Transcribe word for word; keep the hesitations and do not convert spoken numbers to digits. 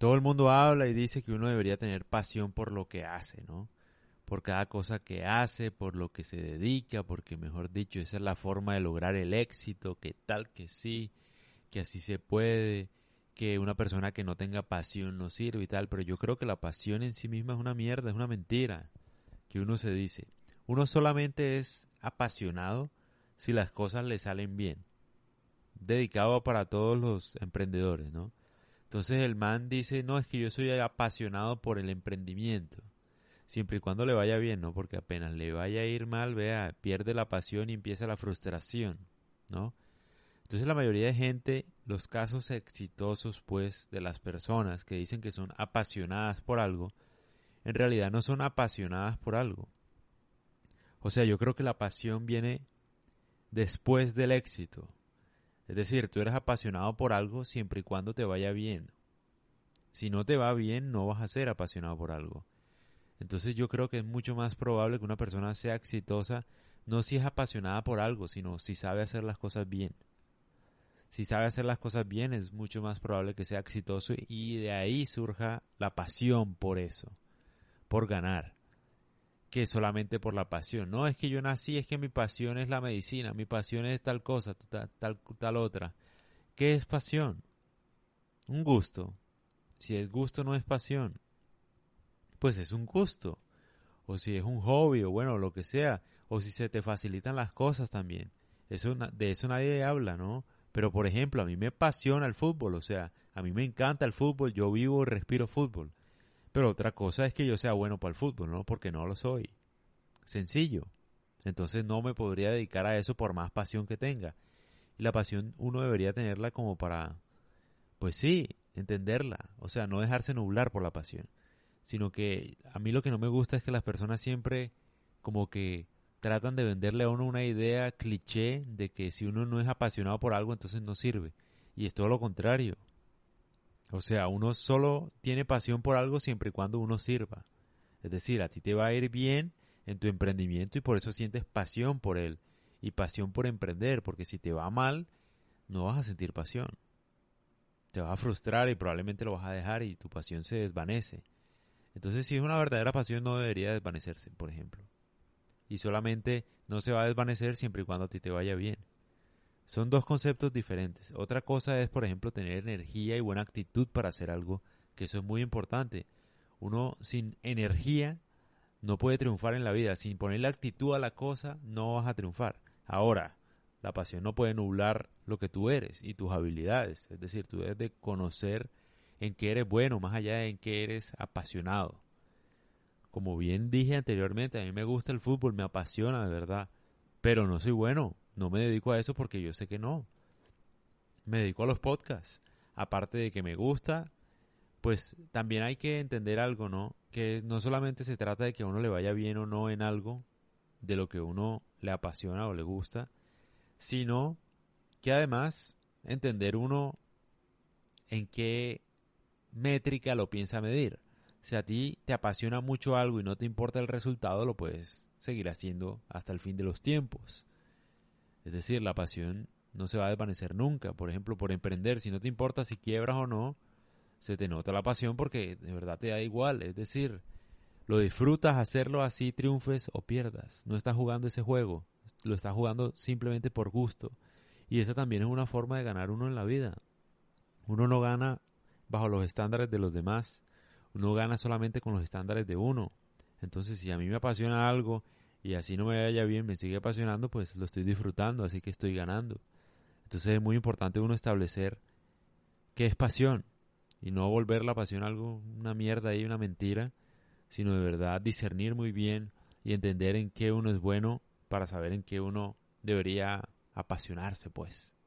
todo el mundo habla y dice que uno debería tener pasión por lo que hace, ¿no? Por cada cosa que hace, por lo que se dedica, porque mejor dicho, esa es la forma de lograr el éxito, que tal que sí, que así se puede, que una persona que no tenga pasión no sirve y tal, pero yo creo que la pasión en sí misma es una mierda, es una mentira, que uno se dice. Uno solamente es apasionado si las cosas le salen bien. Dedicado para todos los emprendedores, ¿no? Entonces el man dice, no, es que yo soy apasionado por el emprendimiento. Siempre y cuando le vaya bien, ¿no? Porque apenas le vaya a ir mal, vea, pierde la pasión y empieza la frustración, ¿no? Entonces la mayoría de gente, los casos exitosos, pues, de las personas que dicen que son apasionadas por algo, en realidad no son apasionadas por algo. O sea, yo creo que la pasión viene después del éxito. Es decir, tú eres apasionado por algo siempre y cuando te vaya bien. Si no te va bien, no vas a ser apasionado por algo. Entonces yo creo que es mucho más probable que una persona sea exitosa, no si es apasionada por algo, sino si sabe hacer las cosas bien. Si sabe hacer las cosas bien, es mucho más probable que sea exitoso y de ahí surja la pasión por eso, por ganar, que solamente por la pasión. No, es que yo nací, es que mi pasión es la medicina, mi pasión es tal cosa, tal, tal, tal otra. ¿Qué es pasión? Un gusto. Si es gusto no es pasión, pues es un gusto. O si es un hobby o bueno, lo que sea. O si se te facilitan las cosas también. Eso, de eso nadie habla, ¿no? Pero por ejemplo, a mí me apasiona el fútbol, o sea, a mí me encanta el fútbol, yo vivo y respiro fútbol. Pero otra cosa es que yo sea bueno para el fútbol, ¿no? Porque no lo soy. Sencillo. Entonces no me podría dedicar a eso por más pasión que tenga. Y la pasión uno debería tenerla como para, pues sí, entenderla. O sea, no dejarse nublar por la pasión. Sino que a mí lo que no me gusta es que las personas siempre como que tratan de venderle a uno una idea cliché de que si uno no es apasionado por algo entonces no sirve. Y es todo lo contrario. O sea, uno solo tiene pasión por algo siempre y cuando uno sirva. Es decir, a ti te va a ir bien en tu emprendimiento y por eso sientes pasión por él. Y pasión por emprender, porque si te va mal, no vas a sentir pasión. Te vas a frustrar y probablemente lo vas a dejar y tu pasión se desvanece. Entonces, si es una verdadera pasión, no debería desvanecerse, por ejemplo. Y solamente no se va a desvanecer siempre y cuando a ti te vaya bien. Son dos conceptos diferentes. Otra cosa es, por ejemplo, tener energía y buena actitud para hacer algo, que eso es muy importante. Uno sin energía no puede triunfar en la vida. Sin ponerle actitud a la cosa, no vas a triunfar. Ahora, la pasión no puede nublar lo que tú eres y tus habilidades. Es decir, tú debes de conocer en qué eres bueno, más allá de en qué eres apasionado. Como bien dije anteriormente, a mí me gusta el fútbol, me apasiona de verdad, pero no soy bueno, no me dedico a eso porque yo sé que no. Me dedico a los podcasts. Aparte de que me gusta, pues también hay que entender algo, ¿no? Que no solamente se trata de que a uno le vaya bien o no en algo, de lo que a uno le apasiona o le gusta, sino que además entender uno en qué métrica lo piensa medir. Si a ti te apasiona mucho algo y no te importa el resultado, lo puedes seguir haciendo hasta el fin de los tiempos. Es decir, la pasión no se va a desvanecer nunca. Por ejemplo, por emprender, si no te importa si quiebras o no, se te nota la pasión porque de verdad te da igual. Es decir, lo disfrutas hacerlo así, triunfes o pierdas. No estás jugando ese juego, lo estás jugando simplemente por gusto. Y esa también es una forma de ganar uno en la vida. Uno no gana bajo los estándares de los demás. Uno gana solamente con los estándares de uno. Entonces, si a mí me apasiona algo y así no me vaya bien, me sigue apasionando, pues lo estoy disfrutando, así que estoy ganando. Entonces es muy importante uno establecer qué es pasión y no volver la pasión algo, una mierda y una mentira, sino de verdad discernir muy bien y entender en qué uno es bueno para saber en qué uno debería apasionarse, pues.